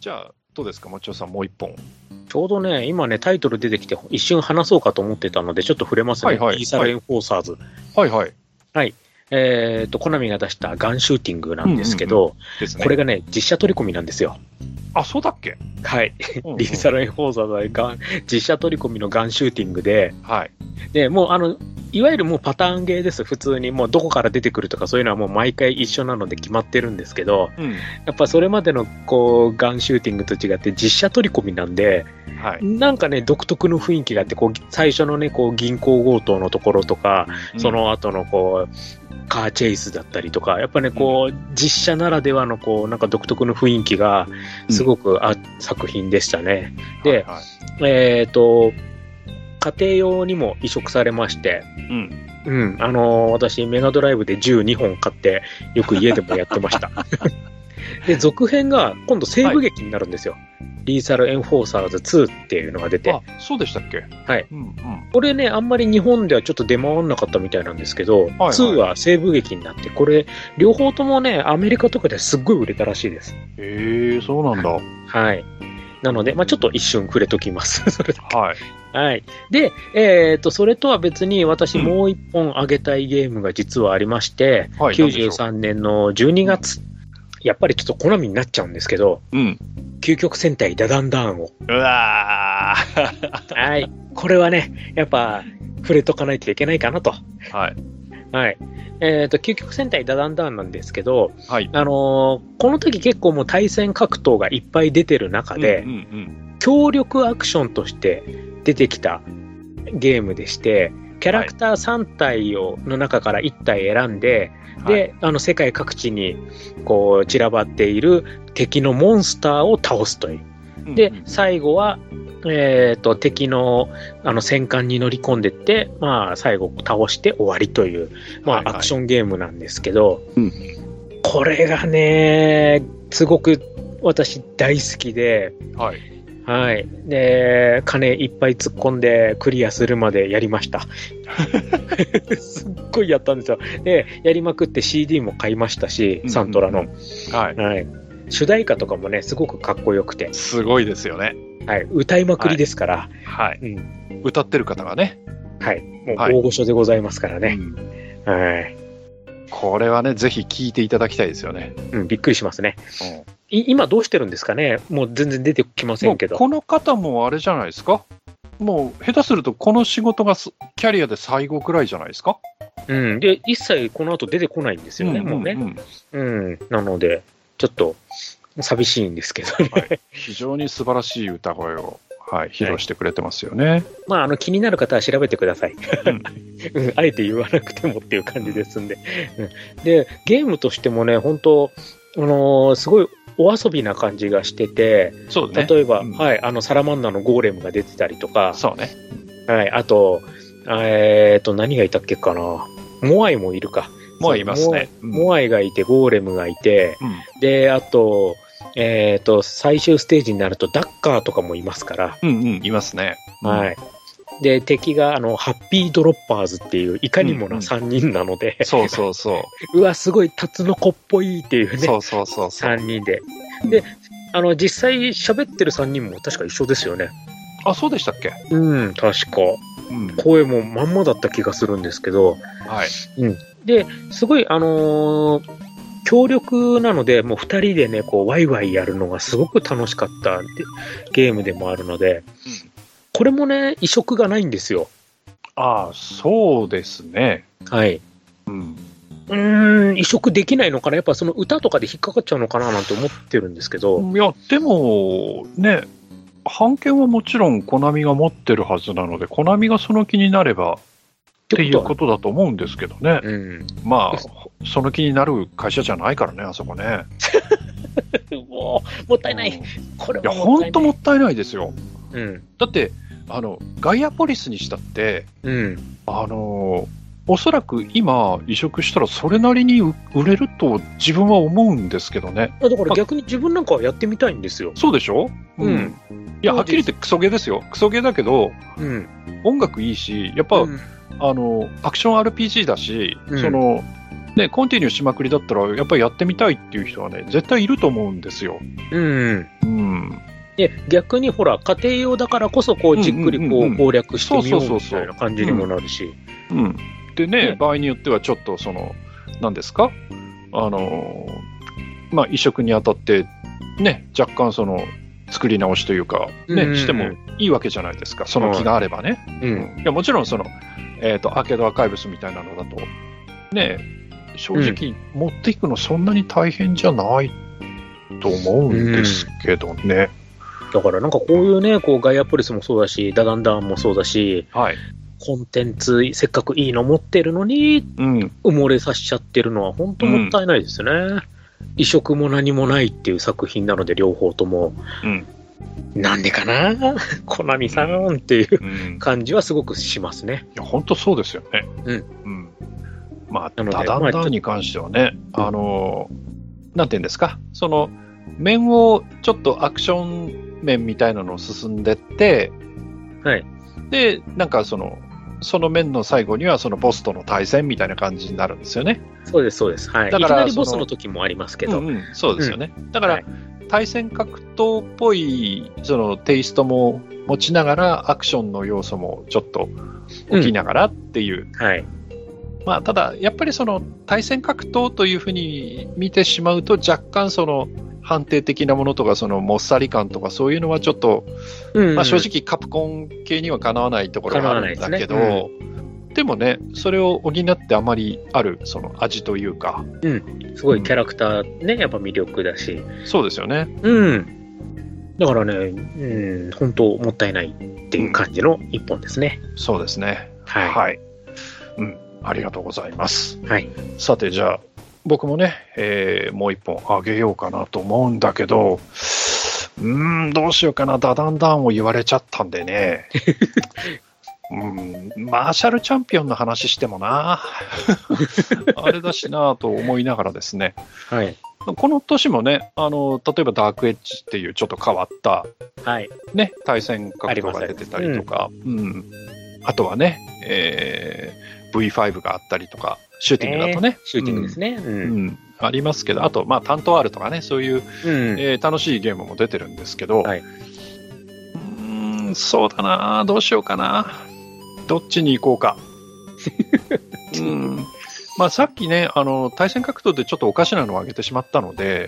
じゃあ、どうですか、もちおさん、もう一本。 ちょうどね、今ね、タイトル出てきて、一瞬話そうかと思ってたので、ちょっと触れますね。 はいはいリーサルエンフォーサーズ。 はいはい。 はい。コナミが出したガンシューティングなんですけど、 ですね。 これがね、実写取り込みなんですよ。 あ、そうだっけ？ はい。リーサルエンフォーサーズは実写取り込みのガンシューティングで、 はい。 で、もういわゆるもうパターンゲーです。普通にもうどこから出てくるとかそういうのはもう毎回一緒なので決まってるんですけど、やっぱそれまでのこうガンシューティングと違って実写取り込みなんで、 はい、 なんかね、独特の雰囲気があって、こう最初のね、こう銀行強盗のところとか、その後のこう、カーチェイスだったりとか、やっぱね、こう、実写ならではのこう、なんか独特の雰囲気がすごく作品でしたね。で、家庭用にも移植されまして、私、メガドライブで12本買って、よく家でもやってました。で、続編が今度西部劇になるんですよ。リーサルエンフォーサーズ2っていうのが出て。 あ、そうでしたっけ？ はい。これね、あんまり日本ではちょっと出回んなかったみたいなんですけど、2は西部劇になって、これ、両方ともね、アメリカとかですっごい売れたらしいです。 へえ、そうなんだ。 はい。なので、まあちょっと一瞬触れときます。それだけ。 はい。 はい。で、それとは別に私もう一本あげたいゲームが実はありまして、93年の12月、やっぱりちょっとコナミになっちゃうんですけど、究極戦隊ダダンダーンを。 うわーはい。これはね、やっぱ触れとかないといけないかなと。 はい。 はい。究極戦隊ダダンダーンなんですけど、 はい。 この時結構もう対戦格闘がいっぱい出てる中で、協力アクションとして出てきたゲームでして、キャラクター3体の中から1体選んで、で、世界各地にこう散らばっている敵のモンスターを倒すという。で、最後は、敵の戦艦に乗り込んでって、まあ、最後倒して終わりという、まあ、アクションゲームなんですけど、これがね、すごく私大好きで、はい。で、金いっぱい突っ込んでクリアするまでやりました。すっごいやったんですよ。で、やりまくって CD も買いましたし、サントラの。はい。主題歌とかもね、すごくかっこよくて。 すごいですよね。 はい。歌いまくりですから。 はい。歌ってる方がね。 はい。もう大御所でございますからね。はい。 これはね、ぜひ聴いていただきたいですよね。 びっくりしますね。今どうしてるんですかね。もう全然出てきませんけど。 この方もあれじゃないですか。もう下手するとこの仕事がキャリアで最後くらいじゃないですか。 で、一切この後出てこないんですよね、もうね。なので、ちょっと寂しいんですけどね。 非常に素晴らしい歌声を、披露してくれてますよね。 まあ、気になる方は調べてください。あえて言わなくてもっていう感じですんで。で、ゲームとしてもね、本当すごいお遊びな感じがしてて、例えば、サラマンダーのゴーレムが出てたりとか、 そうね。 はい、あと、何がいたっけかな。モアイもいるか。 モアイいますね。 モアイがいて、ゴーレムがいて、で、あと、最終ステージになるとダッカーとかもいますから。 いますね。 はい。で、敵がハッピードロッパーズっていういかにもな3人なので、 そうそうそう。 うわ、すごいタツノコっぽいっていうね。 そうそうそう。 3人で。で、実際喋ってる3人も確か一緒ですよね。 あ、そうでしたっけ？ 確か。声もまんまだった気がするんですけど。 はい。 で、すごい、協力なので、もう2人でね、こう、ワイワイやるのがすごく楽しかったゲームでもあるので、これもね、移植がないんですよ。 ああ、そうですね。 はい。移植できないのかな、やっぱその歌とかで引っかかっちゃうのかななんて思ってるんですけど。 いや、でも、ね、版権はもちろんコナミが持ってるはずなので、コナミがその気になればっていうことだと思うんですけどね。まあ、その気になる会社じゃないからね、あそこね。 もったいない。これいや、本当もったいないですよ。だって、ガイアポリスにしたって、おそらく今移植したらそれなりに売れると自分は思うんですけどね。 だから逆に自分なんかはやってみたいんですよ。 そうでしょ？いや、はっきり言ってクソゲーですよ。クソゲーだけど、音楽いいし、やっぱ、アクション RPG だし、 ね、コンティニューしまくりだったら、やっぱりやってみたいっていう人はね、絶対いると思うんですよ。 で、逆にほら、家庭用だからこそ、こう、じっくりこう、攻略してみようみたいな感じにもなるし。 でね、場合によってはちょっと、何ですか移植にあたって、ね、若干作り直しというか、ね、してもいいわけじゃないですか、その気があればね。いやもちろんアーケードアーカイブスみたいなのだと、ね、正直持っていくのそんなに大変じゃないと思うんですけどね。 だからなんかこういうね、こうガイアポリスもそうだし、ダダンダンもそうだし、コンテンツせっかくいいの持ってるのに、埋もれさせちゃってるのは本当もったいないですね。移植も何もないっていう作品なので、両方とも。なんでかなコナミさんっていう感じはすごくしますね。 いや、本当そうですよね。ダダンダンに関してはね、なんていうんですか、面をちょっとアクション面みたいなのを進んでって、で、なんかその面の最後にはボスとの対戦みたいな感じになるんですよね。 そうです、そうです。だからいきなりボスの時もありますけど。 そうですよね。だから、対戦格闘っぽいテイストも持ちながら、アクションの要素もちょっと起きながらっていう。ただ、やっぱり対戦格闘というふうに見てしまうと、若干判定的なものとか、もっさり感とか、そういうのはちょっと、正直カプコン系にはかなわないところがあるんだけど、でもね、それを補ってあまりある、味というか。 すごいキャラクターね、やっぱ魅力だし。 そうですよね。 だからね、本当もったいないっていう感じの一本ですね。 そうですね。ありがとうございます。さて、じゃあ、僕もね、もう一本あげようかなと思うんだけど、どうしようかな、ダダンダンを言われちゃったんでね。マーシャルチャンピオンの話してもな、あれだしなと思いながらですね。この年もね、例えばダークエッジっていうちょっと変わった、ね、対戦格闘が出てたりとか、あとはね、V5 があったりとか、シューティングだとね。 シューティングですね。 ありますけど、あと、タント R とかね、そういう、楽しいゲームも出てるんですけど、そうだな、どうしようかな。どっちに行こうか。さっきね、対戦格闘でちょっとおかしなのを挙げてしまったので、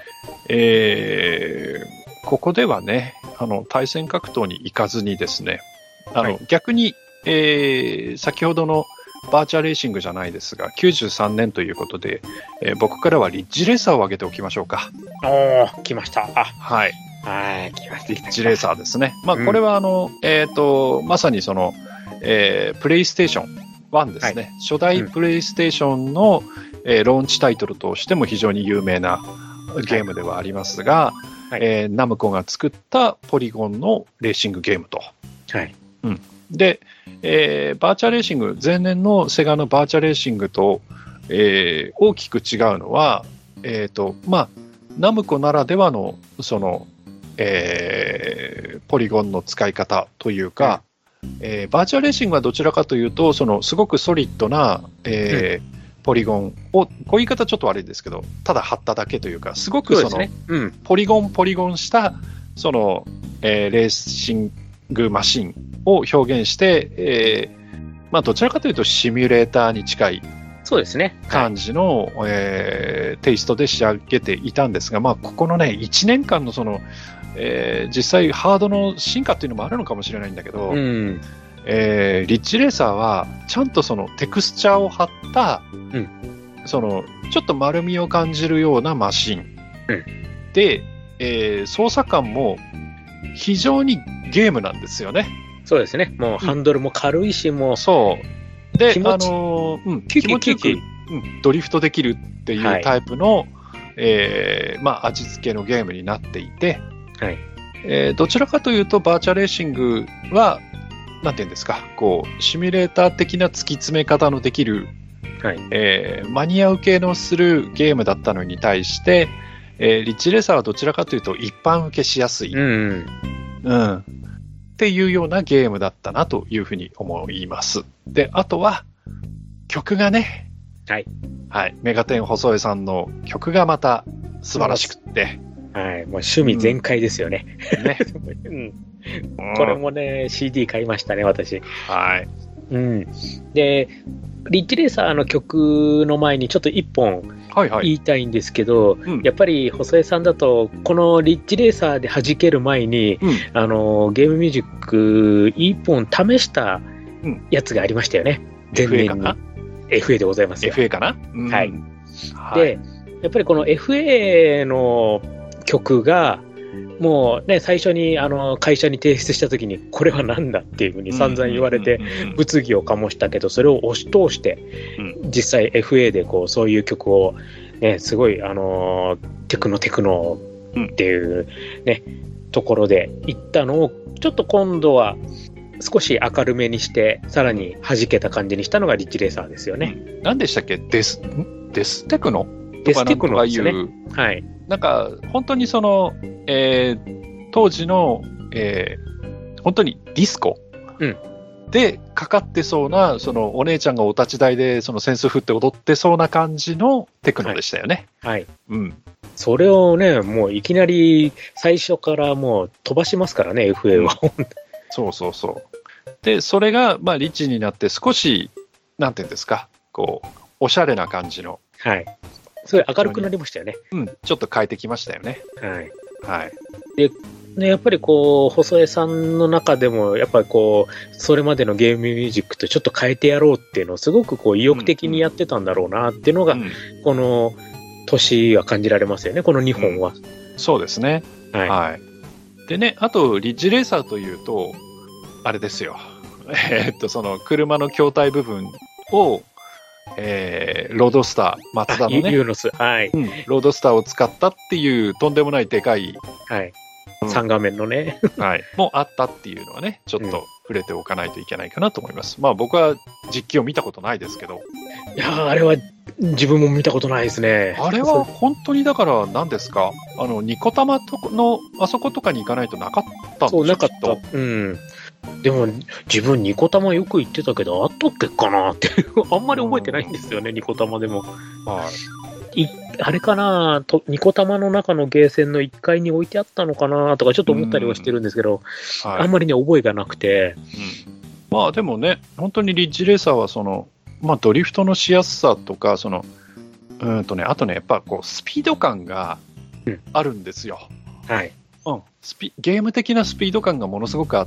ここではね、対戦格闘に行かずにですね、逆に、先ほどのバーチャレーシングじゃないですが、93年ということで、僕からはリッジレーサーを挙げておきましょうか。 来ました。来ました。 リッジレーサーですね。これはまさにプレイステーション1ですね。初代プレイステーションの、ローンチタイトルとしても非常に有名なゲームではありますが、ナムコが作ったポリゴンのレーシングゲームと。で、バーチャレーシング、前年のセガのバーチャレーシングと、大きく違うのは、ナムコならではのポリゴンの使い方というか、バーチャレーシングはどちらかというと、すごくソリッドな、ポリゴンを、こういう言い方ちょっと悪いですけど、ただ貼っただけというか、すごくポリゴンした、レーシングマシンを表現して、どちらかというとシミュレーターに近い感じの、テイストで仕上げていたんですが、ここのね、1年間の実際ハードの進化っていうのもあるのかもしれないんだけど、リッジレーサーはちゃんとテクスチャーを貼った、ちょっと丸みを感じるようなマシン、で、操作感も非常にゲームなんですよね。 そうですね。もうハンドルも軽いし、もう。 で、気持ちよく、ドリフトできるっていうタイプの、味付けのゲームになっていて、どちらかというと、バーチャレーシングは、なんていうんですか、シミュレーター的な突き詰め方のできる、マニア受けのするゲームだったのに対して、リッジレーサーはどちらかというと、一般受けしやすい。っていうようなゲームだったなというふうに思います。で、あとは、曲がね、 はい、メガテン細江さんの曲がまた素晴らしくって。 はい、もう趣味全開ですよね。ねうん、これもね、CD 買いましたね、私。 はい。 うん。で、リッチレーサーの曲の前にちょっと一本言いたいんですけど、はいはい、やっぱり細江さんだと、このリッチレーサーで弾ける前に、ゲームミュージック一本試したやつがありましたよね。前年に。FA でございますよ。 FA かな、 はい。で、やっぱりこの FA の曲が、もうね、最初に会社に提出したときに、これはなんだっていうふうに散々言われて、物議を醸したけど、それを押し通して、実際 FA でこう、そういう曲を、ね、すごい、テクノっていうね、ところで行ったのを、ちょっと今度は少し明るめにして、さらに弾けた感じにしたのがリッチレーサーですよね。 何でしたっけ？デステクノデステクノですよね。はい。 なんか、本当にその、当時の、本当にディスコでかかってそうな、そのお姉ちゃんがお立ち台でその扇子振って踊ってそうな感じのテクノでしたよね。 はい。うん。それをね、もういきなり最初からもう飛ばしますからね、FA は。 そうそうそう。で、それが、まあ、リッチになって少し、なんていうんですか、こう、おしゃれな感じの。 はい。すごい明るくなりましたよね。 うん、ちょっと変えてきましたよね。 はい。 はい。 で、ね、やっぱりこう、細江さんの中でも、やっぱりこう、それまでのゲームミュージックとちょっと変えてやろうっていうのをすごくこう、意欲的にやってたんだろうなっていうのが、この年は感じられますよね、この2本は。 そうですね。 はい。 はい。でね、あと、リッジレーサーというと、あれですよ。その車の筐体部分を、ロードスター、マツダのね、 ユーノス、はい、 ロードスターを使ったっていうとんでもないでかい、 はい、3画面のね、 はい、もあったっていうのはね、ちょっと触れておかないといけないかなと思います。まあ僕は実機を見たことないですけど。 いやあれは自分も見たことないですね。 あれは本当にだから何ですか、ニコタマのあそことかに行かないとなかったんでしょ。 そう、なかった。うん。でも自分ニコタマよく行ってたけどあったっけかなってあんまり覚えてないんですよね、ニコタマでも。 はい。 あれかなニコタマの中のゲーセンの1階に置いてあったのかなとかちょっと思ったりはしてるんですけど、はい、あんまりね覚えがなくて、 まあでもね本当にリッジレーサーはその、まあ、ドリフトのしやすさとかそのあとねやっぱこうスピード感があるんですよ。 はい。 ゲーム的なスピード感がものすごくあって、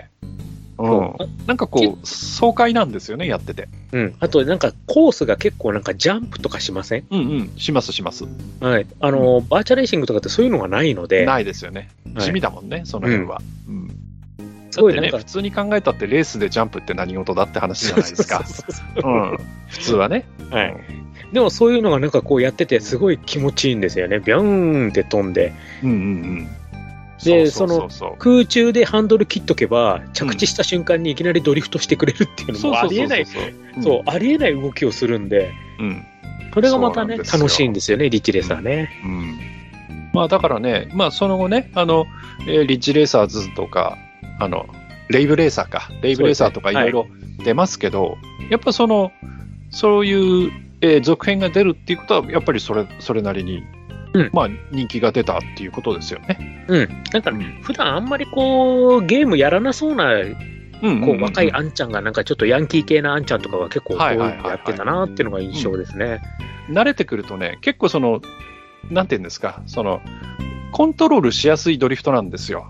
なんかこう爽快なんですよね、やってて。 あとなんかコースが結構なんかジャンプとかしません？ します。 はい。バーチャレーシングとかってそういうのがないので。 ないですよね。地味だもんね、その辺は。すごいね、普通に考えたってレースでジャンプって何事だって話じゃないですか。普通はね。 はい。でもそういうのがなんかこうやっててすごい気持ちいいんですよね。ビャーンって飛んで。で、その空中でハンドル切っとけば着地した瞬間にいきなりドリフトしてくれるっていうのもありえない、ありえない動きをするんで、それがまたね、楽しいんですよね、リッチレーサーね。 まあだからね、まあその後ね、リッチレーサーズとか、レイブレーサーとかいろいろ出ますけど、やっぱそういう続編が出るっていうことは、やっぱりそれなりに、まあ人気が出たっていうことですよね。 なんか、普段あんまりこう、ゲームやらなそうな、こう若いあんちゃんがなんかちょっとヤンキー系なあんちゃんとかが結構やってたなっていうのが印象ですね。 慣れてくるとね、結構なんていうんですか、コントロールしやすいドリフトなんですよ。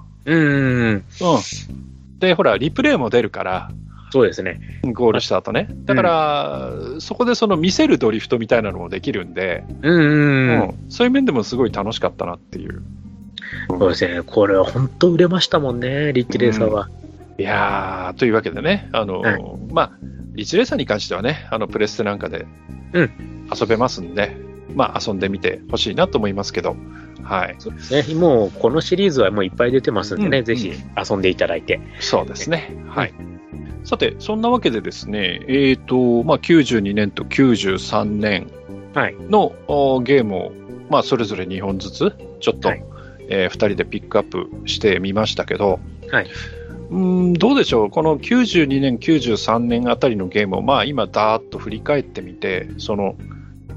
で、ほら、リプレイも出るから、 そうですね。 ゴールした後ね。だから、そこで見せるドリフトみたいなのもできるんで、そういう面でもすごい楽しかったなっていう。 そうですね。これは本当売れましたもんね、リッチレーサーは。 いやー、というわけでね、まあ、リッチレーサーに関してはね、プレステなんかで遊べますんで、まあ、遊んでみてほしいなと思いますけど、はい。 そうですね。もう、このシリーズはもういっぱい出てますんでね、ぜひ遊んでいただいて。 そうですね。はい。さて、そんなわけでですね、まあ、92年と93年のゲームを、まあ、それぞれ2本ずつ、ちょっと、2人でピックアップしてみましたけど、どうでしょう、この92年、93年あたりのゲームを、まあ、今、だーっと振り返ってみて、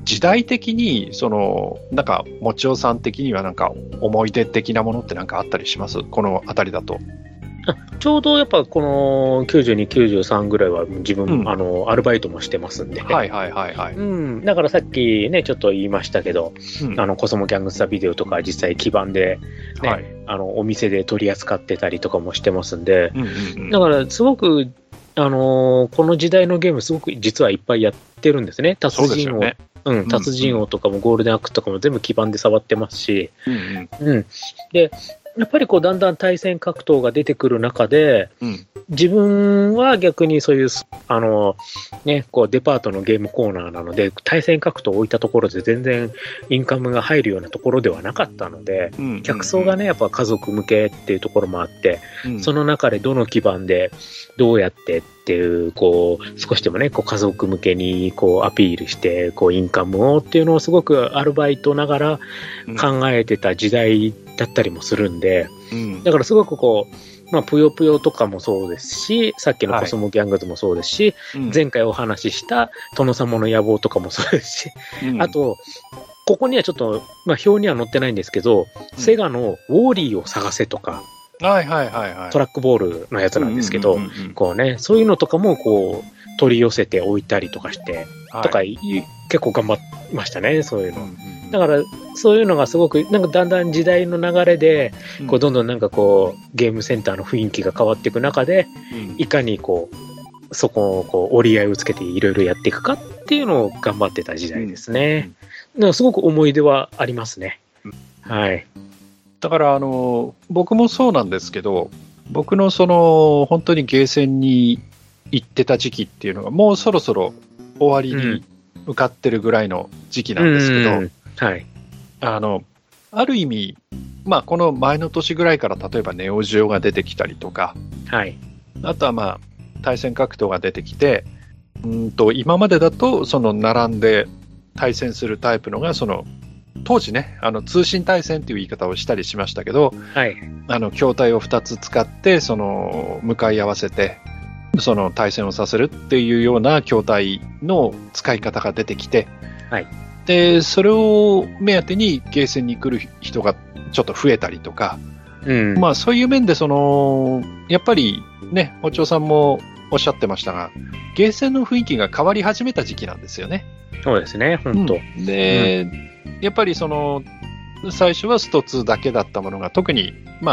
時代的に、なんか、もちおさん的にはなんか、思い出的なものってなんかあったりします？このあたりだと。 ちょうどやっぱこの92、93ぐらいは自分、アルバイトもしてますんで。 はいはいはいはい。 うん。だからさっきね、ちょっと言いましたけど、コスモギャングスタビデオとか実際基盤で、ね、はい、お店で取り扱ってたりとかもしてますんで、だからすごく、この時代のゲームすごく実はいっぱいやってるんですね。達人王、達人王とかもゴールデンアックとかも全部基盤で触ってますし、で、やっぱりこうだんだん対戦格闘が出てくる中で、自分は逆にそういうね、こうデパートのゲームコーナーなので対戦格闘を置いたところで全然インカムが入るようなところではなかったので、客層がねやっぱ家族向けっていうところもあって、その中でどの基盤でどうやってっていうこう少しでもねこう家族向けにこうアピールしてこうインカムをっていうのをすごくアルバイトながら考えてた時代だったりもするんで、だからすごくこうぷよぷよとかもそうですし、さっきのコスモギャングズもそうですし、前回お話しした殿様の野望とかもそうですし、あと、ここにはちょっと、表には載ってないんですけど、セガのウォーリーを探せとか、トラックボールのやつなんですけど、こうね、そういうのとかもこう、取り寄せて置いたりとかして、とか、結構頑張りましたね、そういうの。だから、そういうのがすごく、なんかだんだん時代の流れで、こう、どんどんなんかこう、ゲームセンターの雰囲気が変わっていく中で、いかにこう、そこをこう、折り合いをつけていろいろやっていくかっていうのを頑張ってた時代ですね。だからすごく思い出はありますね。はい。 だから、僕もそうなんですけど、僕の本当にゲーセンに行ってた時期っていうのが、もうそろそろ終わりに向かってるぐらいの時期なんですけど、 はい。 ある意味、この前の年ぐらいから例えばネオジオが出てきたりとか、 はい。 あとは対戦格闘が出てきて、今までだと並んで対戦するタイプのが当時ね、通信対戦っていう言い方をしたりしましたけど、 はい。 筐体を2つ使って、向かい合わせて、対戦をさせるっていうような筐体の使い方が出てきて、 はい。 で、それを目当てにゲーセンに来る人がちょっと増えたりとか、そういう面でやっぱりね、おちょうさんもおっしゃってましたが、ゲーセンの雰囲気が変わり始めた時期なんですよね。 そうですね、本当。 で、やっぱり最初はスト2だけだったものが、特に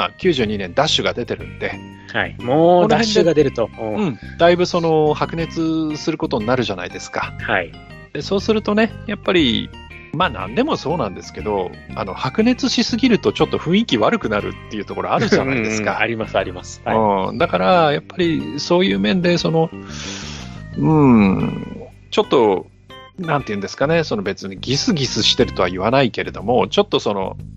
92年ダッシュが出てるんで、 はい、もうダッシュが出ると、 だいぶ白熱することになるじゃないですか。 はい。 でそうするとね、やっぱり、何でもそうなんですけど、白熱しすぎるとちょっと雰囲気悪くなるっていうところあるじゃないですか。 あります、あります。はい。 だから、やっぱりそういう面で、ちょっと、なんていうんですかね、別にギスギスしてるとは言わないけれども、ちょっと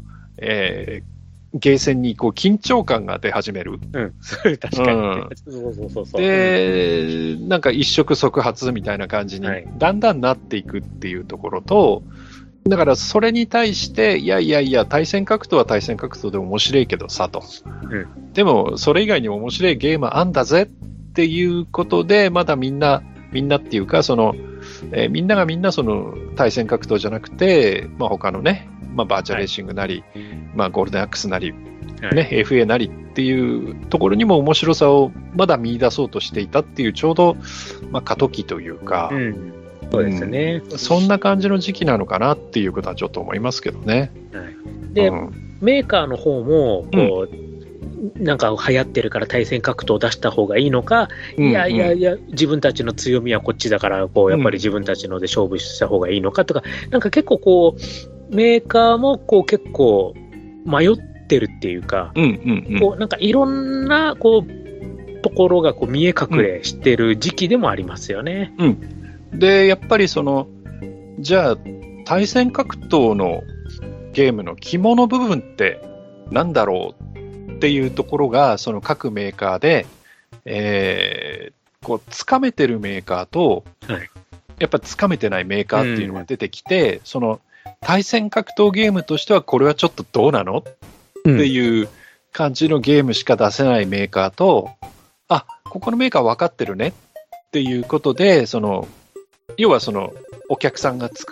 ゲーセンにこう緊張感が出始める。 確かに。そう。 で、なんか一触即発みたいな感じにだんだんなっていくっていうところと、だからそれに対して、いや、対戦格闘は対戦格闘で面白いけどさと。でも、それ以外にも面白いゲームあんだぜっていうことで、まだみんなっていうか、みんながみんな対戦格闘じゃなくて、他のね、バーチャルレーシングなり、ゴールデンアックスなり、FA なりっていうところにも面白さをまだ見出そうとしていたっていう、ちょうど、過渡期というか、 そうですね、 そんな感じの時期なのかなっていうことはちょっと思いますけどね。 で、メーカーの方もこう、なんか流行ってるから対戦格闘を出した方がいいのか、いや自分たちの強みはこっちだからこうやっぱり自分たちので勝負した方がいいのかとか、なんか結構こうメーカーもこう結構迷ってるっていうか、こうなんかいろんなこうところがこう見え隠れしてる時期でもありますよね。 でやっぱりじゃあ対戦格闘のゲームの肝の部分ってなんだろうっていうところが各メーカーで、こうつかめてるメーカーと、やっぱつかめてないメーカーっていうのが出てきて、対戦格闘ゲームとしてはこれはちょっとどうなのっていう感じのゲームしか出せないメーカーと、ここのメーカー分かってるねっていうことで、要はお客さんがつく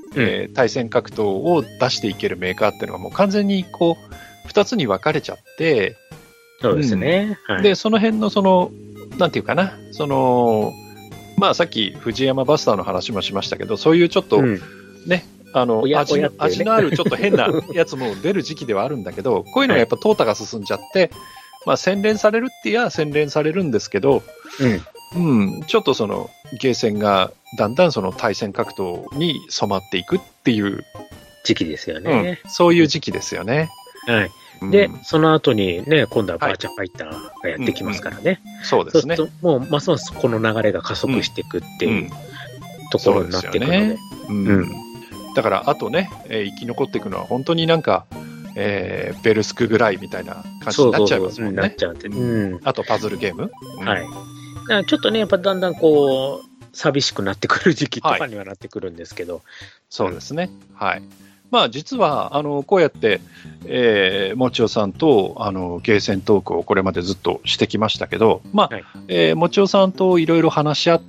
対戦格闘を出していけるメーカーっていうのがもう完全にこう、2つに分かれちゃって、 そうですね。 はい、で、その辺のなんていうかな、まあさっき藤山バスターの話もしましたけど、そういうちょっと、ね、味のあるちょっと変なやつも出る時期ではあるんだけど、こういうのがやっぱ淘汰が進んじゃって、まあ洗練されるって言えば洗練されるんですけど、ちょっとゲーセンがだんだん対戦格闘に染まっていくっていう時期ですよね。 そういう時期ですよね。 はい。で、その後にね、今度はバーチャファイターがやってきますからね。 そうですね。 そうするともうますますこの流れが加速していくっていうところになっていくので。 だからあとね、生き残っていくのは本当になんか、ベルスクぐらいみたいな感じになっちゃいますもんね。あとパズルゲーム。 はい。だからちょっとね、やっぱだんだんこう、寂しくなってくる時期とかにはなってくるんですけど。 そうですね。はい。まあ実は、こうやって、もちおさんと、ゲーセントークをこれまでずっとしてきましたけど、まあ、もちおさんといろいろ話し合って、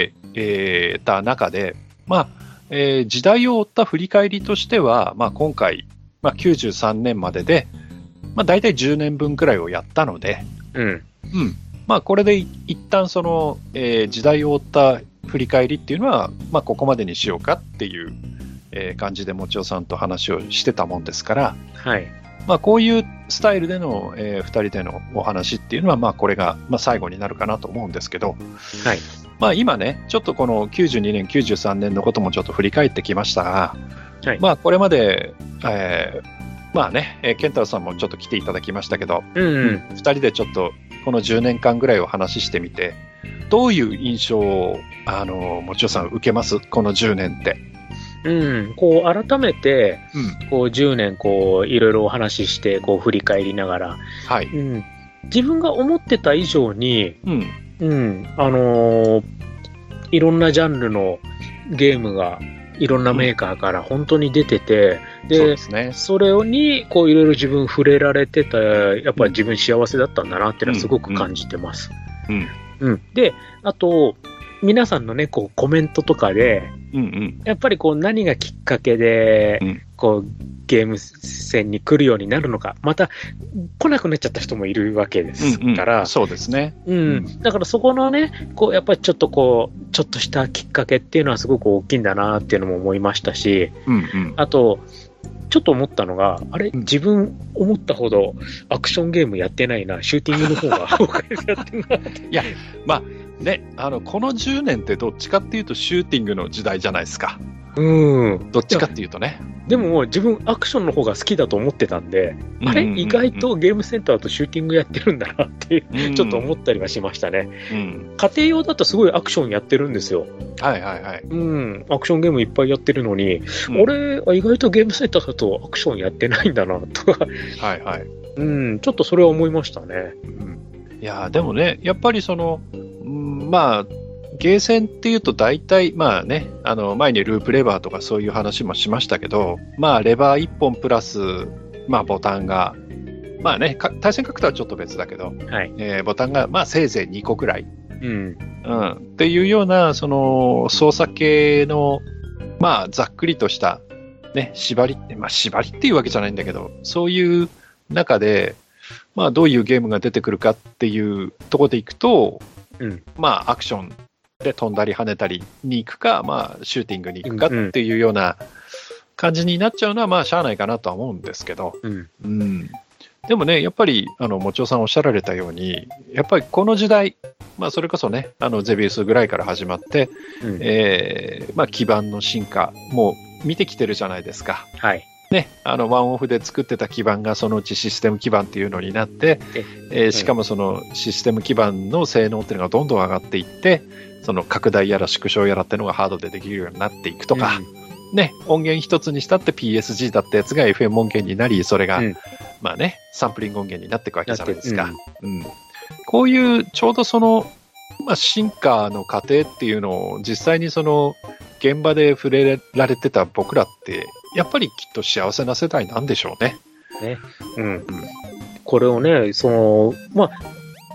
た中で、まあ、時代を追った振り返りとしては、まあ今回、まあ93年までで、まあ大体10年分くらいをやったので、まあこれで一旦時代を追った振り返りっていうのは、まあここまでにしようかっていう、感じでもちおさんと話をしてたもんですから、まあこういうスタイルでの、2人でのお話っていうのは、まあこれが、まあ、最後になるかなと思うんですけど、まあ今ね、ちょっとこの92年、93年のこともちょっと振り返ってきましたが、まあこれまで、まあね、健太郎さんもちょっと来ていただきましたけど、2人でちょっとこの10年間ぐらいを話してみて、どういう印象を、もちおさん受けますこの10年って。 こう改めて、こう10年こういろいろお話ししてこう振り返りながら、自分が思ってた以上に、いろんなジャンルのゲームがいろんなメーカーから本当に出てて、で、それにこういろいろ自分触れられてた、やっぱり自分幸せだったんだなっていうのはすごく感じてます。で、あと皆さんのね、こうコメントとかで、やっぱりこう何がきっかけで、こうゲーム戦に来るようになるのか、また来なくなっちゃった人もいるわけですから、 そうですね。 だからそこのね、こうやっぱりちょっとしたきっかけっていうのはすごく大きいんだなっていうのも思いましたし、あと、ちょっと思ったのが、あれ、自分思ったほどアクションゲームやってないな、シューティングの方が多くやってるなって。 いや、まあね、この10年ってどっちかっていうとシューティングの時代じゃないですか。どっちかっていうとね。 でももう自分アクションの方が好きだと思ってたんで、あれ、意外とゲームセンターとシューティングやってるんだなってちょっと思ったりはしましたね。家庭用だとすごいアクションやってるんですよ。アクションゲームいっぱいやってるのに、俺、意外とゲームセンターだとアクションやってないんだなとか、ちょっとそれは思いましたね。 いやでもね、やっぱりまあ、ゲーセンっていうと大体、まあね、前にループレバーとかそういう話もしましたけど、まあ、レバー1本プラス、まあ、ボタンが、まあね、対戦格闘はちょっと別だけど、ボタンが、まあ、せいぜい2個くらい。っていうような、操作系の、まあ、ざっくりとした、ね、縛りっていうわけじゃないんだけど、そういう中で、まあ、どういうゲームが出てくるかっていうところでいくと、まあ、アクションで飛んだり跳ねたりに行くか、まあ、シューティングに行くかっていうような感じになっちゃうのは、まあ、しゃあないかなとは思うんですけど、でもね、やっぱり、もちおさんおっしゃられたように、やっぱりこの時代、まあ、それこそね、ゼビウスぐらいから始まって、まあ、基板の進化も見てきてるじゃないですか。ね、ワンオフで作ってた基板がそのうちシステム基板っていうのになって、しかもそのシステム基板の性能っていうのがどんどん上がっていって、その拡大やら縮小やらっていうのがハードでできるようになっていくとか、ね、音源一つにしたって PSG だったやつが FM 音源になり、それが、まあね、サンプリング音源になっていくわけじゃないですか。こういうちょうどまあ、進化の過程っていうのを実際に現場で触れられてた僕らってやっぱりきっと幸せな世代なんでしょうね。 これをね、まあ、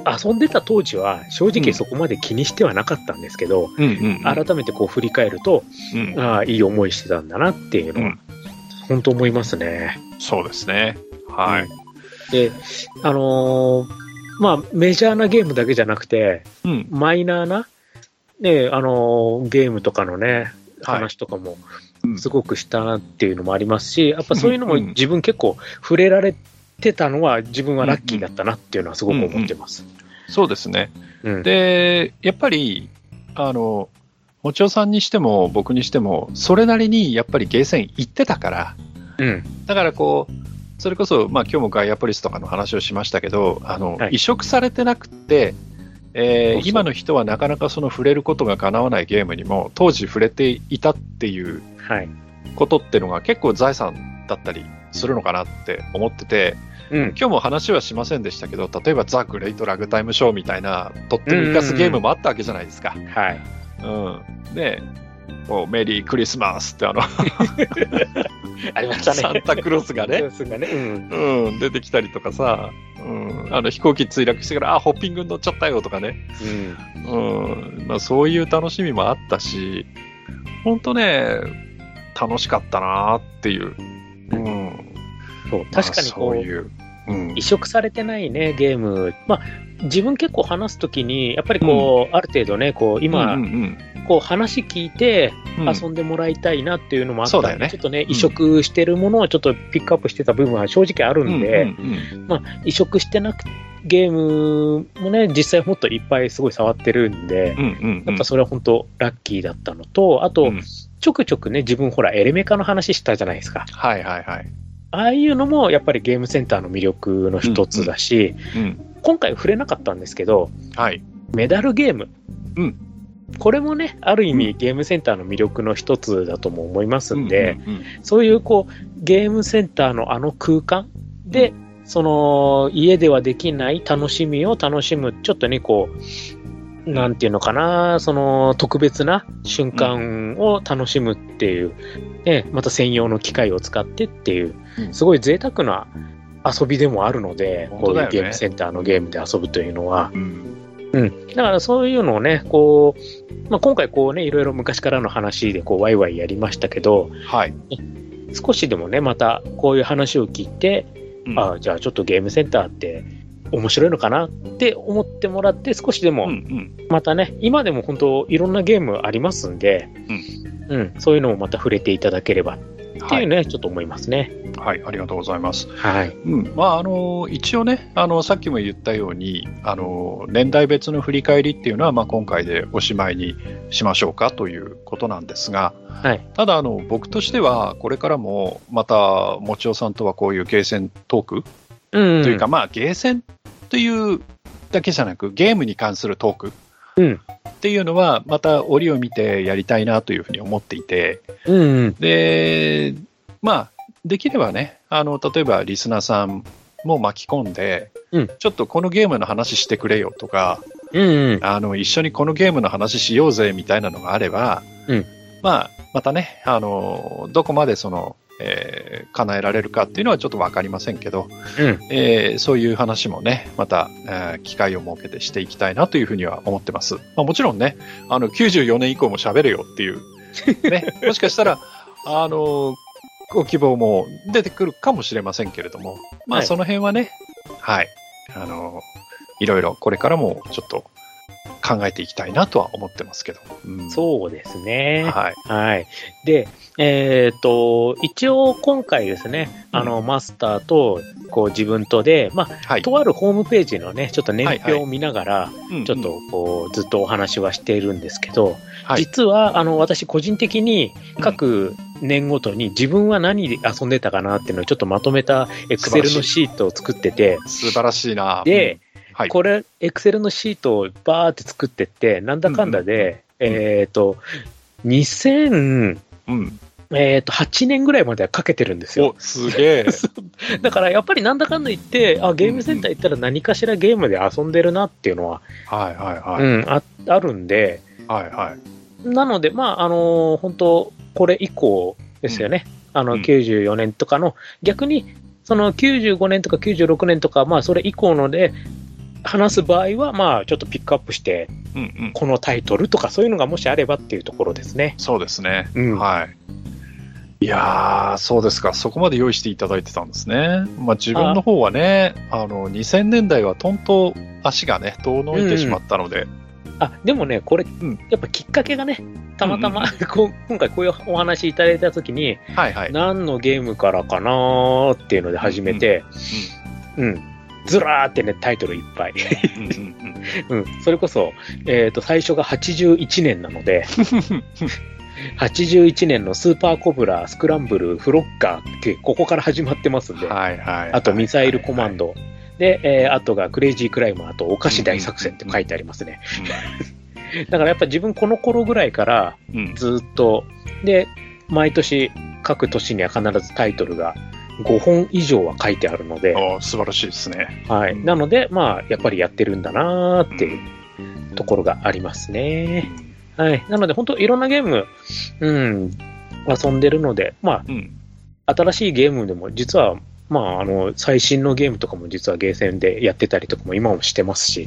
遊んでた当時は正直そこまで気にしてはなかったんですけど、改めてこう振り返ると、いい思いしてたんだなっていうのは、本当思いますね。 そうですね。はい。 で、まあ、メジャーなゲームだけじゃなくて、マイナーな、ね、ゲームとかのね、話とかもすごくしたなっていうのもありますし、やっぱそういうのも自分結構触れられてたのは自分はラッキーだったなっていうのはすごく思ってます。 そうですね。で、やっぱり、もちおさんにしても僕にしても、それなりにやっぱりゲーセン行ってたから、だからこう、それこそ、まあ今日もガイアポリスとかの話をしましたけど、移植されてなくて、今の人はなかなかその触れることが叶わないゲームにも当時触れていたっていうことっていうのが結構財産だったりするのかなって思ってて、今日も話はしませんでしたけど、例えばザ・グレイト・ラグタイム・ショーみたいなとっても生かすゲームもあったわけじゃないですか。で、メリークリスマスってありましたね。 サンタクロースがね、出てきたりとかさ、飛行機墜落してからホッピングに乗っちゃったよとかね、まあ、そういう楽しみもあったし、本当ね楽しかったなっていう、 そう確かにこういう移植されてないねゲーム、まあ自分結構話すときにやっぱりこう、ある程度ねこう今、こう話聞いて遊んでもらいたいなっていうのもあったので、ちょっとね移植してるものをちょっとピックアップしてた部分は正直あるんで、まあ移植してなくゲームもね実際もっといっぱいすごい触ってるんで、やっぱそれは本当ラッキーだったのと、あと、ちょくちょくね自分ほらエレメカの話したじゃないですか。ああいうのもやっぱりゲームセンターの魅力の一つだし、今回触れなかったんですけど、メダルゲーム、これもねある意味ゲームセンターの魅力の一つだとも思いますんで、そういうこうゲームセンターのあの空間で、その家ではできない楽しみを楽しむ、ちょっとねこうなんていうのかな、その特別な瞬間を楽しむっていう、また専用の機械を使ってっていう、すごい贅沢な遊びでもあるので、こういうゲームセンターのゲームで遊ぶというのは、だからそういうのをねこう、まあ、今回こうねいろいろ昔からの話でこうワイワイやりましたけど、少しでもねまたこういう話を聞いて、じゃあちょっとゲームセンターって面白いのかなって思ってもらって、少しでもまたね、今でも本当いろんなゲームありますんで、そういうのもまた触れていただければっていうね、ちょっと思いますね。 ありがとうございます。まあ一応ねさっきも言ったように年代別の振り返りっていうのは、まあ、今回でおしまいにしましょうかということなんですが、ただ僕としてはこれからもまたもちおさんとはこういうゲーセントークというか、まあゲーセンというだけじゃなくゲームに関するトークっていうのはまた折を見てやりたいなというふうに思っていて、でまあできればね例えばリスナーさんも巻き込んで、ちょっとこのゲームの話してくれよとか、一緒にこのゲームの話しようぜみたいなのがあれば、またねどこまでその叶えられるかっていうのはちょっと分かりませんけど、そういう話もねまた、機会を設けてしていきたいなというふうには思ってます。もちろんね94年以降も喋れよっていう、ね、もしかしたらご希望も出てくるかもしれませんけれども、その辺はねいろいろこれからもちょっと考えていきたいなとは思ってますけど、 そうですね。で、一応今回ですね、マスターとこう自分とで、とあるホームページのね、ちょっと年表を見ながら、ちょっとこうずっとお話はしているんですけど、実は私個人的に各年ごとに自分は何で遊んでたかなっていうのをちょっとまとめたエクセルのシートを作ってて、 素晴らしいな。 で、これ、エクセルのシートをバーって作ってって、なんだかんだで、2008年ぐらいまではかけてるんですよ。 すげえ。 だからやっぱりなんだかんだ言って、ゲームセンター行ったら何かしらゲームで遊んでるなっていうのは、あるんで、なので、本当、これ以降ですよね。94年とかの、逆に、その95年とか96年とか、それ以降ので、 話す場合は、まあ、ちょっとピックアップして、このタイトルとかそういうのがもしあればっていうところですね。 そうですね。はい。いやー、そうですか。そこまで用意していただいてたんですね。まあ自分の方はね、2000年代はとんと足がね、遠のいてしまったので。 でもね、これ、やっぱきっかけがね、たまたま、今回こういうお話いただいたときに、何のゲームからかなーっていうので始めて、ずらーってね、タイトルいっぱい。それこそ、最初が81年なので、81年のスーパーコブラ、スクランブル、フロッガーって、ここから始まってますんで、あとミサイルコマンド、で、あとがクレイジークライム、あとお菓子大作戦って書いてありますね。だからやっぱ自分この頃ぐらいからずっと、で、毎年各年には必ずタイトルが5本以上は書いてあるので。 素晴らしいですね。 はい。なので、まあ、やっぱりやってるんだなーっていうところがありますね。はい。なので、本当いろんなゲーム、遊んでるので、まあ、新しいゲームでも実は、まあ、最新のゲームとかも実はゲーセンでやってたりとかも今もしてますし、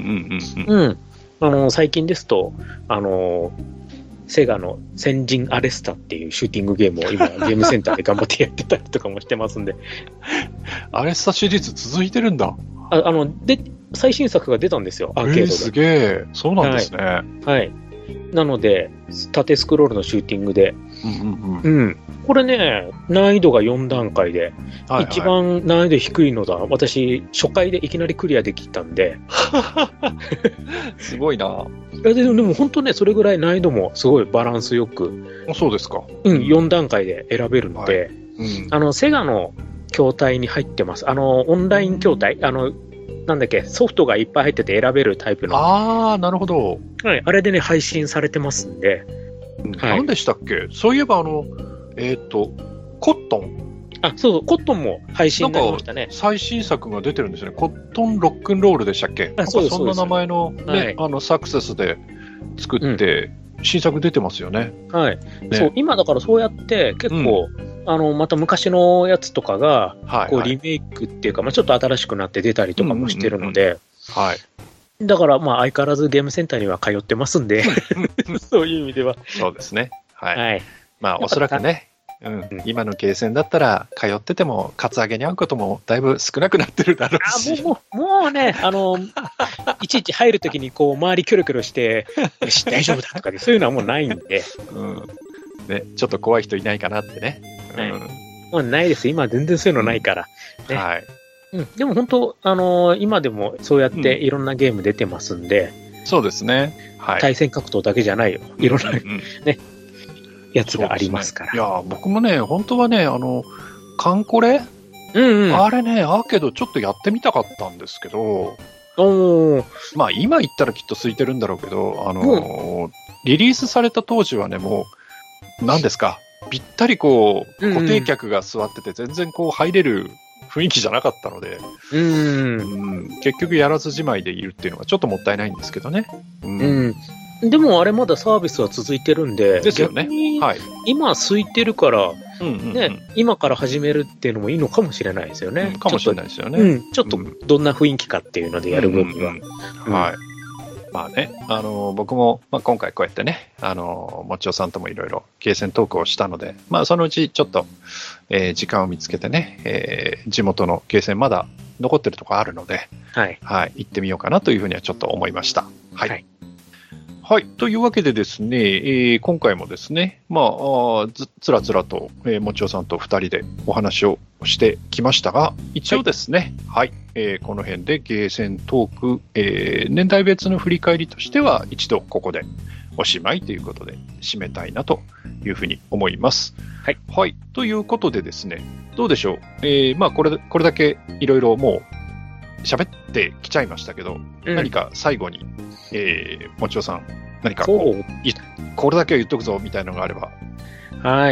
最近ですと、セガの先人アレスタっていうシューティングゲームを今ゲームセンターで頑張ってやってたりとかもしてますんで。 アレスタシリーズ続いてるんだ。 で、最新作が出たんですよ、アーケードで。 すげえ。そうなんですね。 はい。なので、縦スクロールのシューティングで、これね、難易度が4段階で、一番難易度低いのだ。私、初回でいきなりクリアできたんで。 すごいな。 でも本当ね、それぐらい難易度もすごいバランスよく。 そうですか。 4段階で選べるので、セガの筐体に入ってます。オンライン筐体、なんだっけ、ソフトがいっぱい入ってて選べるタイプの。 なるほど。 はい、あれでね、配信されてますんで。 何でしたっけ？そういえばコットン。 そう、コットンも配信になりましたね。 最新作が出てるんですよね。コットンロックンロールでしたっけ？そんな名前のね、サクセスで作って、新作出てますよね。はい。 そう、今だからそうやって結構、また昔のやつとかが、こうリメイクっていうか、まあちょっと新しくなって出たりとかもしてるので、だからまあ相変わらずゲームセンターには通ってますんで、そういう意味では。 そうですね。はい。まあおそらくね、今のゲーセンだったら通っててもカツアゲに会うこともだいぶ少なくなってるだろうし。 もうね、いちいち入るときにこう周りキョロキョロして、よし大丈夫だとかでそういうのはもうないんで。 ね、ちょっと怖い人いないかなってね。 もうないです。今全然そういうのないから。はい。でも本当、今でもそうやっていろんなゲーム出てますんで。 そうですね。はい。 対戦格闘だけじゃないよ。いろんなね、やつがありますから。 いや、僕もね、本当はね、カンコレあれね、アーケードちょっとやってみたかったんですけど、まあ今言ったらきっと空いてるんだろうけど、リリースされた当時はね、もう、何ですか、ぴったりこう、固定客が座ってて全然こう入れる雰囲気じゃなかったので、結局やらずじまいでいるっていうのがちょっともったいないんですけどね。 でもあれまだサービスは続いてるんで、 ですよね。はい。 今空いてるから、ね、今から始めるっていうのもいいのかもしれないですよね。 かもしれないですよね。 ちょっとどんな雰囲気かっていうのでやる分には。 はい。まあね、僕も、まあ、今回こうやってね、もちおさんともいろいろゲーセントークをしたので、まあそのうちちょっと、時間を見つけてね、地元のゲーセンまだ残ってるところあるので、はい。行ってみようかなというふうにはちょっと思いました。はい。はい。というわけでですね、今回もですね、まあ、つらつらと、もちおさんと2人でお話をしてきましたが、一応ですね、はい、この辺でゲーセントーク、年代別の振り返りとしては、一度ここでおしまいということで、締めたいなというふうに思います。はい。はい。ということでですね、どうでしょう。まあ、これだけいろいろもう、喋ってきちゃいましたけど、何か最後に、もちおさん、何かこれだけは言っとくぞみたいなのがあれば。 はい。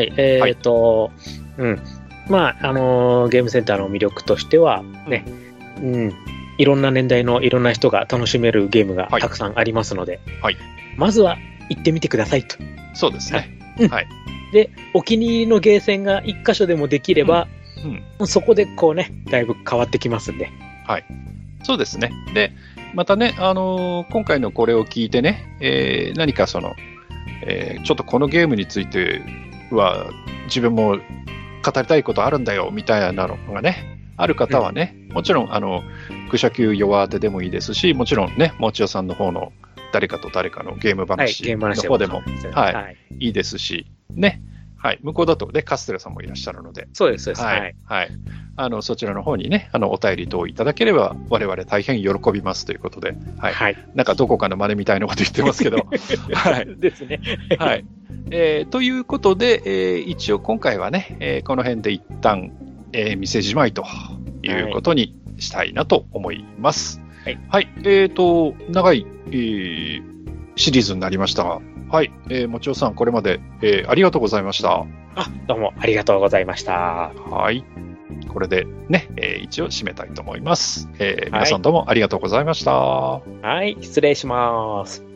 まあ、ゲームセンターの魅力としては、ね、いろんな年代のいろんな人が楽しめるゲームがたくさんありますので、まずは行ってみてくださいと。 そうですね。はい。 で、お気に入りのゲーセンが一箇所でもできれば、そこでこうね、だいぶ変わってきますんで。 はい。そうですね。で、 またね、今回のこれを聞いてね、何かちょっとこのゲームについては自分も語りたいことあるんだよみたいなのがね、ある方はね、もちろん愚者級弱手でもいいですし、もちろんね、もちよさんの方の誰かと誰かのゲーム話の方でも、いいですし、ね、はい、向こうだとね、カステラさんもいらっしゃるので、 そうです、そうです。 はい。はい。そちらの方にね、お便り等いただければ、我々大変喜びますということで、はい。はい、なんかどこかの真似みたいなこと言ってますけど、 はい。ですね。 はい。ということで、一応今回はね、この辺で一旦、店じまいということにしたいなと思います。はい。はい。長い、シリーズになりましたが、はい。もちおさん、これまで、ありがとうございました。 どうもありがとうございました。 はい。これでね、一応締めたいと思います。皆さんどうもありがとうございました。 はい。失礼します。